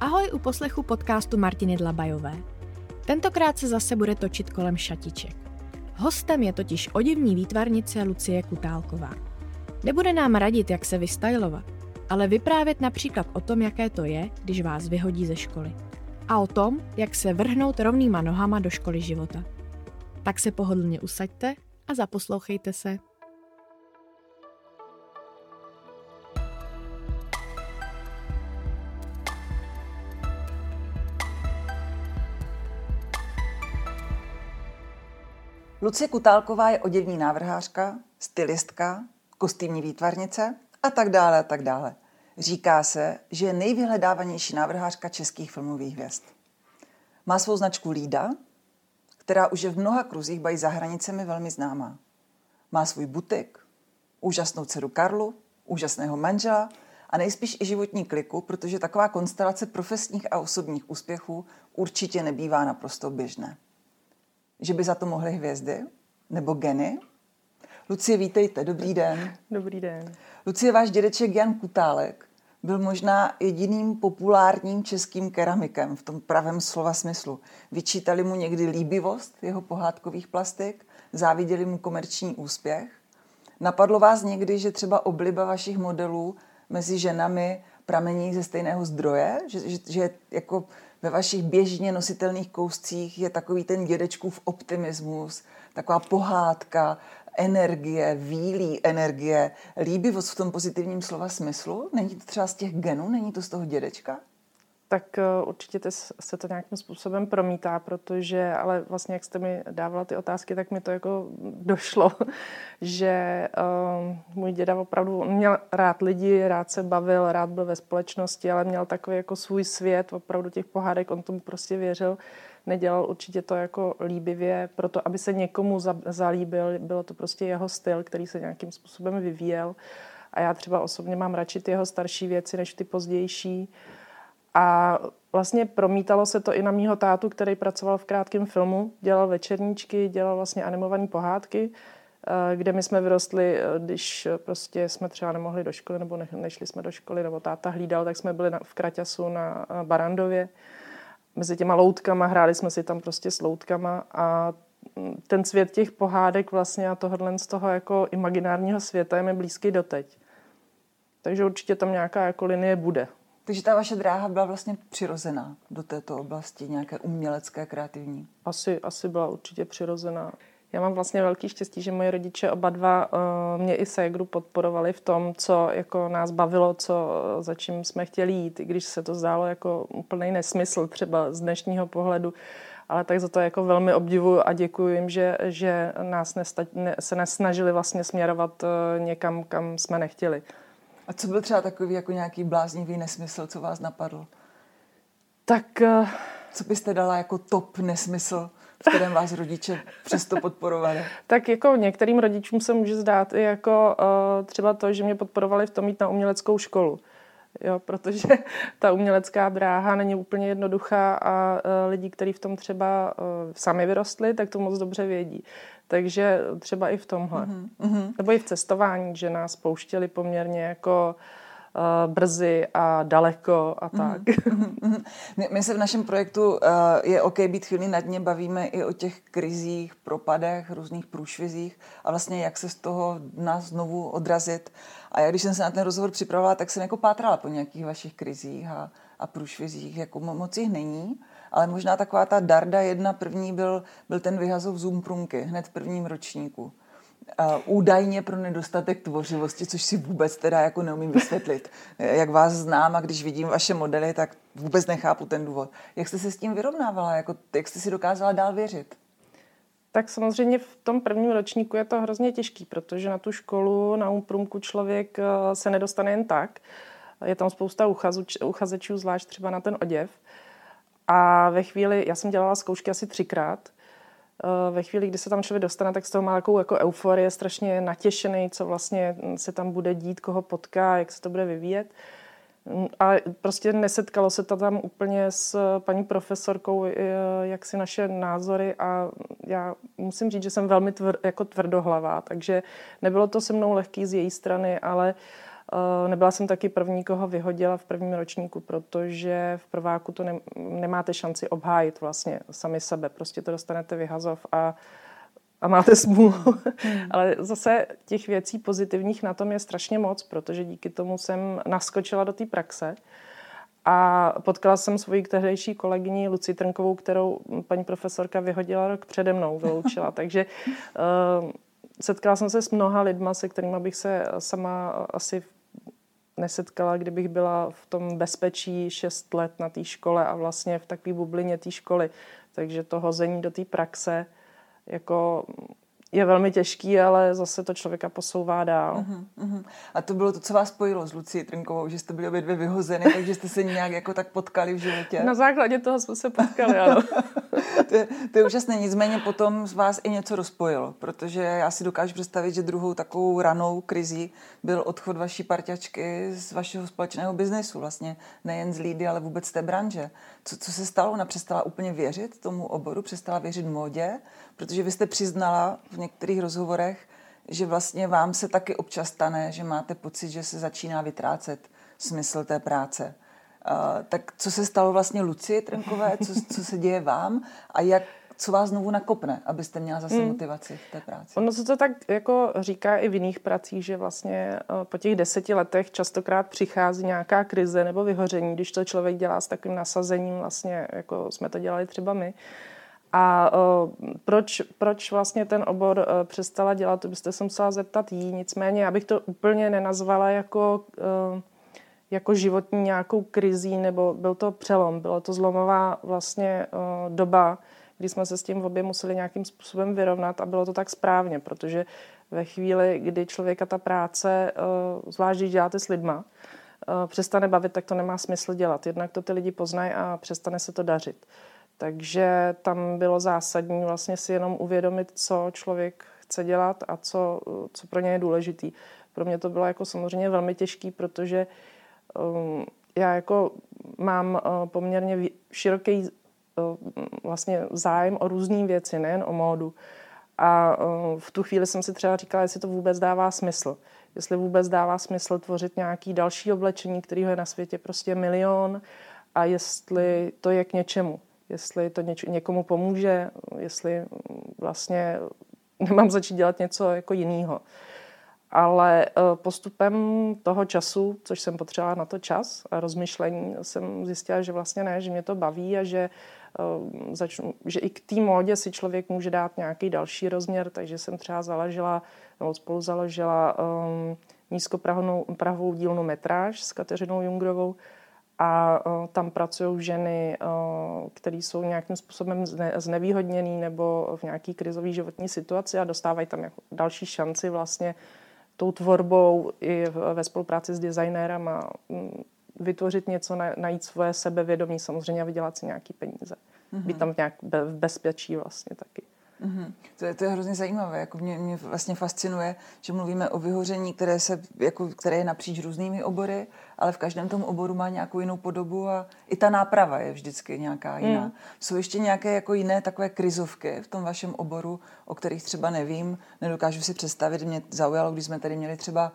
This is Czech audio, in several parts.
Ahoj u poslechu podcastu Martiny Dlabajové. Tentokrát se zase bude točit kolem šatiček. Hostem je totiž oděvní výtvarnice Lucie Kutálková. Nebude nám radit, jak se vystylovat, ale vyprávět například o tom, jaké to je, když vás vyhodí ze školy. A o tom, jak se vrhnout rovnýma nohama do školy života. Tak se pohodlně usaďte a zaposlouchejte se. Lucie Kutálková je oděvní návrhářka, stylistka, kostýmní výtvarnice a tak dále a tak dále. Říká se, že je nejvyhledávanější návrhářka českých filmových hvězd. Má svou značku Lída, která už je v mnoha kruzích bají za hranicemi velmi známá. Má svůj butik, úžasnou dceru Karlu, úžasného manžela a nejspíš i životní kliku, protože taková konstelace profesních a osobních úspěchů určitě nebývá naprosto běžné. Že by za to mohly hvězdy? Nebo geny? Lucie, vítejte, dobrý den. Dobrý den. Lucie, váš dědeček Jan Kutálek byl možná jediným populárním českým keramikem v tom pravém slova smyslu. Vyčítali mu někdy líbivost jeho pohádkových plastik, záviděli mu komerční úspěch. Napadlo vás někdy, že třeba obliba vašich modelů mezi ženami pramení ze stejného zdroje? Že jako ve vašich běžně nositelných kouscích je takový ten dědečkův optimismus, taková pohádka, energie, vílí energie, líbivost v tom pozitivním slova smyslu? Není to třeba z těch genů? Není to z toho dědečka? Tak určitě se to nějakým způsobem promítá, protože, ale vlastně jak jste mi dávala ty otázky, tak mi to jako došlo, že můj děda opravdu měl rád lidi, rád se bavil, rád byl ve společnosti, ale měl takový jako svůj svět, opravdu těch pohádek, on tomu prostě věřil. Nedělal určitě to jako líbivě, proto aby se někomu zalíbil, bylo to prostě jeho styl, který se nějakým způsobem vyvíjel. A já třeba osobně mám radši ty jeho starší věci, než ty pozdější. A vlastně promítalo se to i na mýho tátu, který pracoval v krátkém filmu, dělal večerníčky, dělal vlastně animované pohádky, kde my jsme vyrostli, když prostě jsme třeba nemohli do školy, nebo nešli jsme do školy, nebo táta hlídal, tak jsme byli v Kraťasu na Barandově. Mezi těma loutkama, hráli jsme si tam prostě s loutkama a ten svět těch pohádek vlastně a tohohle z toho jako imaginárního světa je mi blízký doteď. Takže určitě tam nějaká jako linie bude. Takže ta vaše dráha byla vlastně přirozená do této oblasti, nějaké umělecké, kreativní? Asi byla určitě přirozená. Já mám vlastně velký štěstí, že moji rodiče oba dva mě i ségru podporovali v tom, co jako nás bavilo, za čím jsme chtěli jít, i když se to zdálo jako úplný nesmysl třeba z dnešního pohledu, ale tak za to jako velmi obdivuju a děkuji jim, že nás se nesnažili vlastně směrovat někam, kam jsme nechtěli. A co byl třeba takový jako nějaký bláznivý nesmysl, co vás napadl? Tak... Co byste dala jako top nesmysl, v kterém vás rodiče přesto podporovali? Tak jako některým rodičům se může zdát i jako třeba to, že mě podporovali v tom jít na uměleckou školu. Jo, protože ta umělecká dráha není úplně jednoduchá a lidi, kteří v tom třeba sami vyrostli, tak to moc dobře vědí. Takže třeba i v tomhle. Nebo i v cestování, že nás pouštěli poměrně jako brzy a daleko a tak. My se v našem projektu Je OK být chvíli na dně bavíme i o těch krizích, propadech, různých průšvizích a vlastně jak se z toho nás znovu odrazit. A já, když jsem se na ten rozhovor připravovala, tak jsem jako pátrala po nějakých vašich krizích a průšvizích. Jako moc jich není, ale možná taková ta darda jedna první byl ten vyhazov Zoom průmky hned v prvním ročníku. Údajně pro nedostatek tvořivosti, což si vůbec teda jako neumím vysvětlit. Jak vás znám a když vidím vaše modely, tak vůbec nechápu ten důvod. Jak jste se s tím vyrovnávala? Jak jste si dokázala dál věřit? Tak samozřejmě v tom prvním ročníku je to hrozně těžký, protože na tu školu, na průmku člověk se nedostane jen tak. Je tam spousta uchazečů, zvlášť třeba na ten oděv. A ve chvíli, já jsem dělala zkoušky asi 3krát, ve chvíli, kdy se tam člověk dostane, tak z toho má takovou jako euforie, strašně natěšený, co vlastně se tam bude dít, koho potká, jak se to bude vyvíjet. A prostě nesetkalo se to tam úplně s paní profesorkou, jak si naše názory a já musím říct, že jsem velmi tvrdohlavá, takže nebylo to se mnou lehký z její strany, ale Nebyla jsem taky první, koho vyhodila v prvním ročníku, protože v prváku to nemáte šanci obhájit vlastně sami sebe. Prostě to dostanete vyhazov a máte smůlu. Ale zase těch věcí pozitivních na tom je strašně moc, protože díky tomu jsem naskočila do té praxe a potkala jsem svoji tehdejší kolegyni Lucii Trnkovou, kterou paní profesorka vyhodila rok přede mnou, vyloučila. Takže setkala jsem se s mnoha lidma, se kterými bych se sama asi nesetkala, kdybych byla v tom bezpečí 6 let na té škole a vlastně v takové bublině té školy. Takže to hození do té praxe jako je velmi těžký, ale zase to člověka posouvá dál. A to bylo to, co vás spojilo s Lucií Trnkovou, že jste byli obě dvě vyhozeny, takže jste se nějak jako tak potkali v životě? Na základě toho jsme se potkali, ano. To je úžasné, nicméně potom z vás i něco rozpojilo, protože já si dokážu představit, že druhou takovou ranou krizí byl odchod vaší parťačky z vašeho společného biznesu, vlastně nejen z Lídy, ale vůbec z té branže. Co se stalo? Ona přestala úplně věřit tomu oboru, přestala věřit módě, protože vy jste přiznala v některých rozhovorech, že vlastně vám se taky občas stane, že máte pocit, že se začíná vytrácet smysl té práce. Tak co se stalo vlastně Lucii Trnkové, co se děje vám a co vás znovu nakopne, abyste měla zase motivaci v té práci? Ono se to tak jako říká i v jiných pracích, že vlastně po těch 10 letech častokrát přichází nějaká krize nebo vyhoření, když to člověk dělá s takovým nasazením, vlastně jako jsme to dělali třeba my. A proč vlastně ten obor přestala dělat, to byste se musela zeptat jí. Nicméně já bych to úplně nenazvala jako životní nějakou krizí, nebo byl to přelom, byla to zlomová vlastně doba, kdy jsme se s tím obě museli nějakým způsobem vyrovnat a bylo to tak správně, protože ve chvíli, kdy člověka ta práce, zvlášť když děláte s lidma, přestane bavit, tak to nemá smysl dělat. Jednak to ty lidi poznají a přestane se to dařit. Takže tam bylo zásadní vlastně si jenom uvědomit, co člověk chce dělat a co pro ně je důležitý. Pro mě to bylo jako samozřejmě velmi těžký, protože já jako mám poměrně široký vlastně zájem o různé věci, nejen o módu. A v tu chvíli jsem si třeba říkala, jestli to vůbec dává smysl. Jestli vůbec dává smysl tvořit nějaký další oblečení, kterého je na světě prostě milion a jestli to je k něčemu. Jestli to někomu pomůže, jestli vlastně nemám začít dělat něco jako jiného. Ale postupem toho času, což jsem potřebovala na to čas a rozmyšlení, jsem zjistila, že vlastně ne, že mě to baví a že i k té módě si člověk může dát nějaký další rozměr, takže jsem třeba spolu založila nízkoprahovou dílnu Metráž s Kateřinou Jungrovou a tam pracují ženy, které jsou nějakým způsobem znevýhodněné nebo v nějaké krizové životní situaci a dostávají tam jako další šanci vlastně tou tvorbou i ve spolupráci s designérama vytvořit něco, najít svoje sebevědomí samozřejmě a vydělat si nějaký peníze. Být tam nějak v bezpečí vlastně taky. To je hrozně zajímavé. Jako mě vlastně fascinuje, že mluvíme o vyhoření, které je napříč různými obory, ale v každém tom oboru má nějakou jinou podobu a i ta náprava je vždycky nějaká jiná. Jsou ještě nějaké jako jiné takové krizovky v tom vašem oboru, o kterých třeba nevím, nedokážu si představit. Mě zaujalo, když jsme tady měli třeba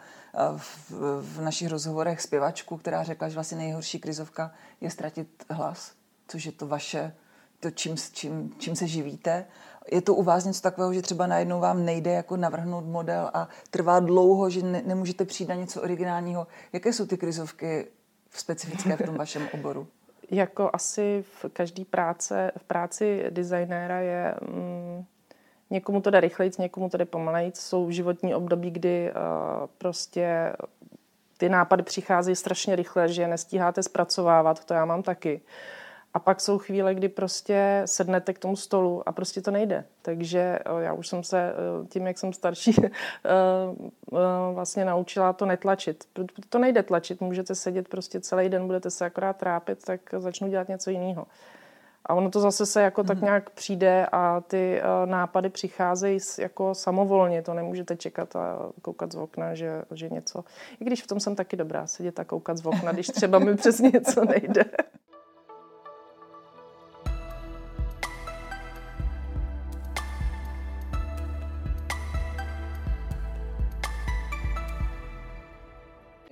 v našich rozhovorech zpěvačku, která řekla, že vlastně nejhorší krizovka je ztratit hlas, což je to vaše, to čím se živíte. Je to u vás něco takového, že třeba najednou vám nejde jako navrhnout model a trvá dlouho, že nemůžete přijít na něco originálního? Jaké jsou ty krizovky specifické v tom vašem oboru? Jako asi v práci designéra je někomu to jde rychlejc, někomu to jde pomalejc. Jsou životní období, kdy prostě ty nápady přicházejí strašně rychle, že je nestíháte zpracovávat, to já mám taky. A pak jsou chvíle, kdy prostě sednete k tomu stolu a prostě to nejde. Takže já už jsem se tím, jak jsem starší, vlastně naučila to netlačit. To nejde tlačit, můžete sedět prostě celý den, budete se akorát trápit, tak začnu dělat něco jiného. A ono to zase se jako tak nějak přijde a ty nápady přicházejí jako samovolně. To nemůžete čekat a koukat z okna, že něco... I když v tom jsem taky dobrá, sedět a koukat z okna, když třeba mi přesně něco nejde.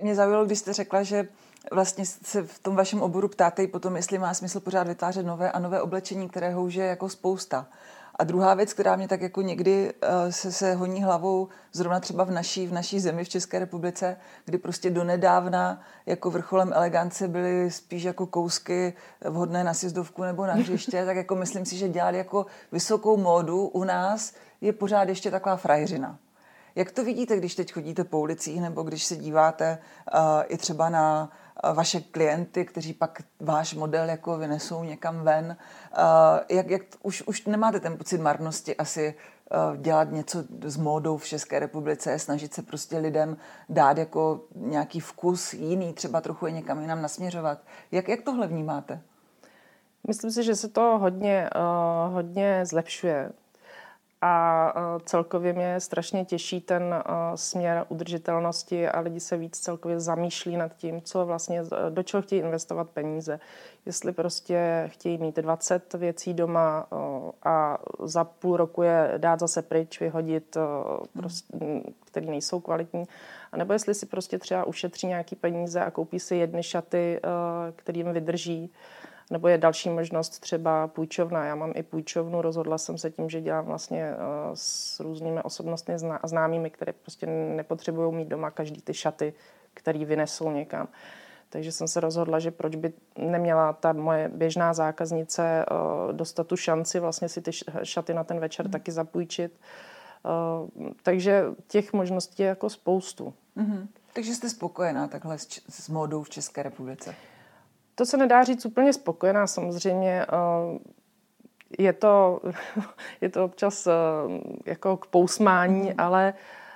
mě zaujalo, když jste řekla, že vlastně se v tom vašem oboru ptáte i potom, jestli má smysl pořád vytvářet nové a nové oblečení, kterého už je jako spousta. A druhá věc, která mě tak jako někdy se honí hlavou, zrovna třeba v naší zemi, v České republice, kdy prostě donedávna jako vrcholem elegance byly spíš jako kousky vhodné na sjezdovku nebo na hřiště, tak jako myslím si, že dělat jako vysokou módu u nás je pořád ještě taková frajeřina. Jak to vidíte, když teď chodíte po ulicích nebo když se díváte i třeba na vaše klienty, kteří pak váš model jako vynesou někam ven? Jak už nemáte ten pocit marnosti asi dělat něco s módou v České republice, snažit se prostě lidem dát jako nějaký vkus jiný, třeba trochu je někam jinam nasměřovat. Jak tohle vnímáte? Myslím si, že se to hodně zlepšuje. A celkově mě strašně těší ten směr udržitelnosti a lidi se víc celkově zamýšlí nad tím, co vlastně, do čeho chtějí investovat peníze. Jestli prostě chtějí mít 20 věcí doma a za půl roku je dát zase pryč, vyhodit, které nejsou kvalitní, anebo jestli si prostě třeba ušetří nějaký peníze a koupí si jedny šaty, které jim vydrží. Nebo je další možnost třeba půjčovna. Já mám i půjčovnu, rozhodla jsem se tím, že dělám vlastně s různými osobnostmi známými, které prostě nepotřebují mít doma každý ty šaty, které vynesou někam. Takže jsem se rozhodla, že proč by neměla ta moje běžná zákaznice dostat tu šanci vlastně si ty šaty na ten večer taky zapůjčit. Takže těch možností je jako spoustu. Mm-hmm. Takže jste spokojená takhle s módou v České republice? To se nedá říct úplně spokojená, samozřejmě je to občas jako k pousmání, ale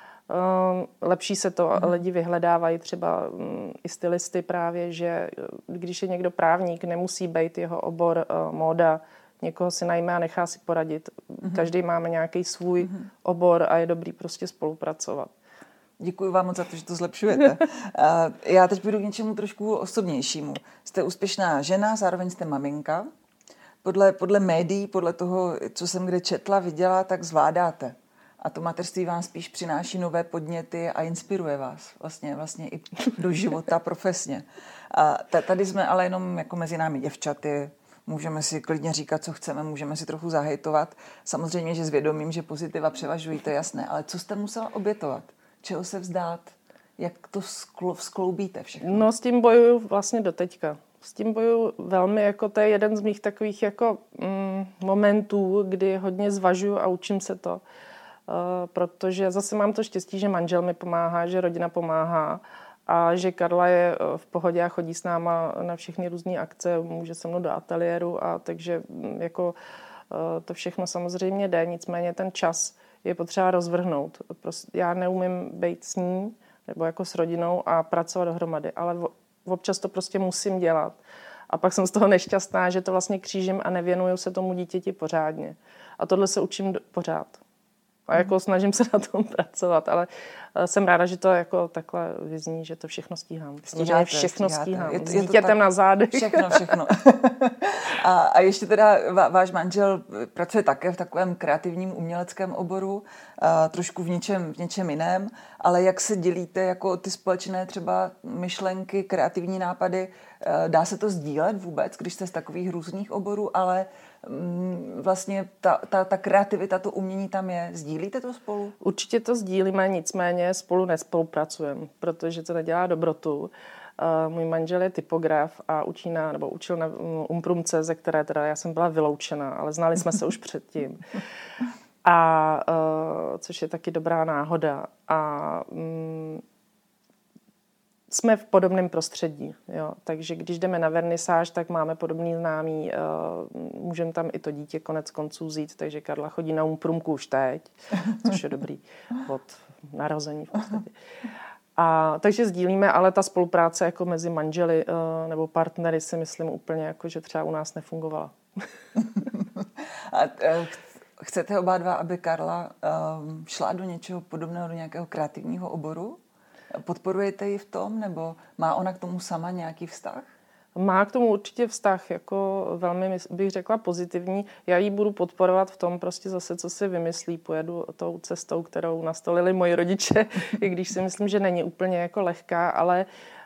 lepší se to, lidi vyhledávají třeba i stylisty právě, že když je někdo právník, nemusí být jeho obor móda, někoho si najme a nechá si poradit. Každý máme nějaký svůj obor a je dobrý prostě spolupracovat. Děkuji vám moc za to, že to zlepšujete. Já teď půjdu k něčemu trošku osobnějšímu. Jste úspěšná žena, zároveň jste maminka. Podle médií, podle toho, co jsem kde četla, viděla, tak zvládáte. A to mateřství vám spíš přináší nové podněty a inspiruje vás vlastně i do života profesně. Tady jsme ale jenom jako mezi námi děvčaty. Můžeme si klidně říkat, co chceme, můžeme si trochu zahejtovat. Samozřejmě, že s vědomím, že pozitiva převažují, to je jasné. Ale co jste musela obětovat? Čeho se vzdát? Jak to skloubíte všechno? No, s tím bojuju vlastně doteďka. S tím bojuju velmi, jako to je jeden z mých takových jako momentů, kdy hodně zvažuju a učím se to. Protože zase mám to štěstí, že manžel mi pomáhá, že rodina pomáhá a že Karla je v pohodě a chodí s náma na všechny různé akce, může se mnou do ateliéru a takže jako to všechno samozřejmě jde, nicméně ten čas je potřeba rozvrhnout. Já neumím být s ní nebo jako s rodinou a pracovat dohromady, ale občas to prostě musím dělat. A pak jsem z toho nešťastná, že to vlastně křížím a nevěnuju se tomu dítěti pořádně. A tohle se učím pořád. A jako snažím se na tom pracovat, ale jsem ráda, že to jako takhle vyzní, že to všechno stíhám. Všechno stíhám. S dítětem na zádech. Všechno. A ještě teda váš manžel pracuje také v takovém kreativním uměleckém oboru, trošku v něčem jiném, ale jak se dělíte jako ty společné třeba myšlenky, kreativní nápady, dá se to sdílet vůbec, když jste z takových různých oborů, ale vlastně ta kreativita, to umění tam je. Sdílíte to spolu? Určitě to sdílíme, nicméně spolu nespolupracujeme, protože to nedělá dobrotu. Můj manžel je typograf a učil na Umprumce, ze které teda já jsem byla vyloučena, ale znali jsme se už předtím. A což je taky dobrá náhoda. A jsme v podobném prostředí, jo. Takže když jdeme na vernisáž, tak máme podobný známý, můžeme tam i to dítě konec konců vzít, takže Karla chodí na Umprumku už teď, což je dobrý od narození v podstatě. A takže sdílíme, ale ta spolupráce jako mezi manželi nebo partnery si myslím úplně jako, že třeba u nás nefungovala. Chcete oba dva, aby Karla šla do něčeho podobného, do nějakého kreativního oboru? Podporujete ji v tom, nebo má ona k tomu sama nějaký vztah? Má k tomu určitě vztah, jako velmi, bych řekla, pozitivní. Já ji budu podporovat v tom prostě zase, co si vymyslí. Pojedu tou cestou, kterou nastolili moji rodiče, i když si myslím, že není úplně jako lehká, ale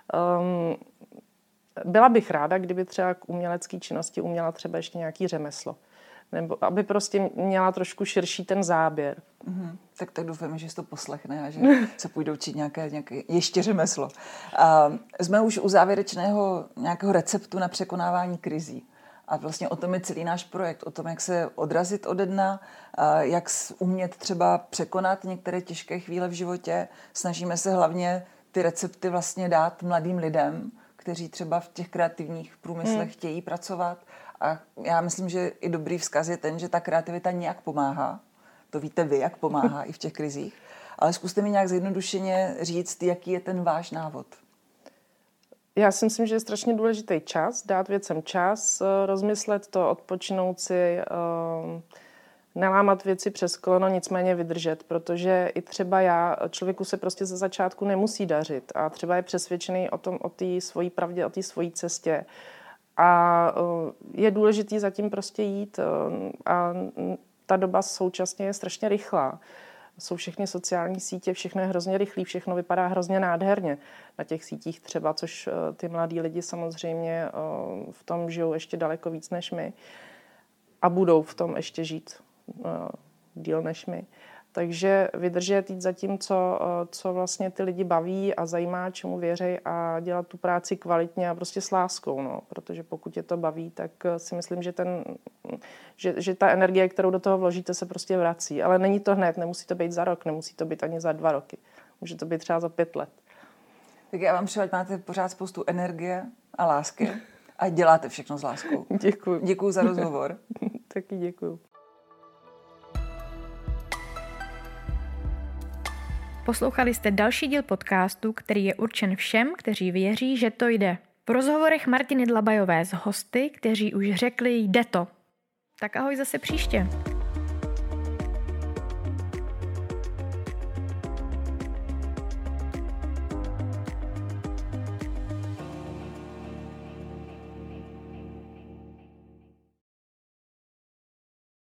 byla bych ráda, kdyby třeba k umělecké činnosti uměla třeba ještě nějaký řemeslo. Nebo aby prostě měla trošku širší ten záběr. Tak doufám, že si to poslechne a že se půjdou učit nějaké ještě řemeslo. Jsme už u závěrečného nějakého receptu na překonávání krizí. A vlastně o tom je celý náš projekt, o tom, jak se odrazit ode dna, jak umět třeba překonat některé těžké chvíle v životě. Snažíme se hlavně ty recepty vlastně dát mladým lidem, kteří třeba v těch kreativních průmyslech chtějí pracovat. A já myslím, že i dobrý vzkaz je ten, že ta kreativita nějak pomáhá. To víte vy, jak pomáhá i v těch krizích. Ale zkuste mi nějak zjednodušeně říct, jaký je ten váš návod. Já si myslím, že je strašně důležitý čas, dát věcem čas, rozmyslet to, odpočinout si, nelámat věci přes koleno, nicméně vydržet, protože i třeba člověku se prostě ze začátku nemusí dařit a třeba je přesvědčený o té svojí pravdě, o té svojí cestě. A je důležitý zatím prostě jít a ta doba současně je strašně rychlá. Jsou všechny sociální sítě, všechno je hrozně rychlý, všechno vypadá hrozně nádherně na těch sítích třeba, což ty mladí lidi samozřejmě v tom žijou ještě daleko víc než my a budou v tom ještě žít díl než my. Takže vydržet, jít za tím, co vlastně ty lidi baví a zajímá, čemu věří a dělat tu práci kvalitně a prostě s láskou. No. Protože pokud je to baví, tak si myslím, že ta energie, kterou do toho vložíte, se prostě vrací. Ale není to hned, nemusí to být za rok, nemusí to být ani za 2 roky. Může to být třeba za 5 let. Tak já vám přeju, máte pořád spoustu energie a lásky a děláte všechno s láskou. Děkuju. Děkuju za rozhovor. Taky děkuju. Poslouchali jste další díl podcastu, který je určen všem, kteří věří, že to jde. V rozhovorech Martiny Dlabajové s hosty, kteří už řekli jde to. Tak ahoj zase příště.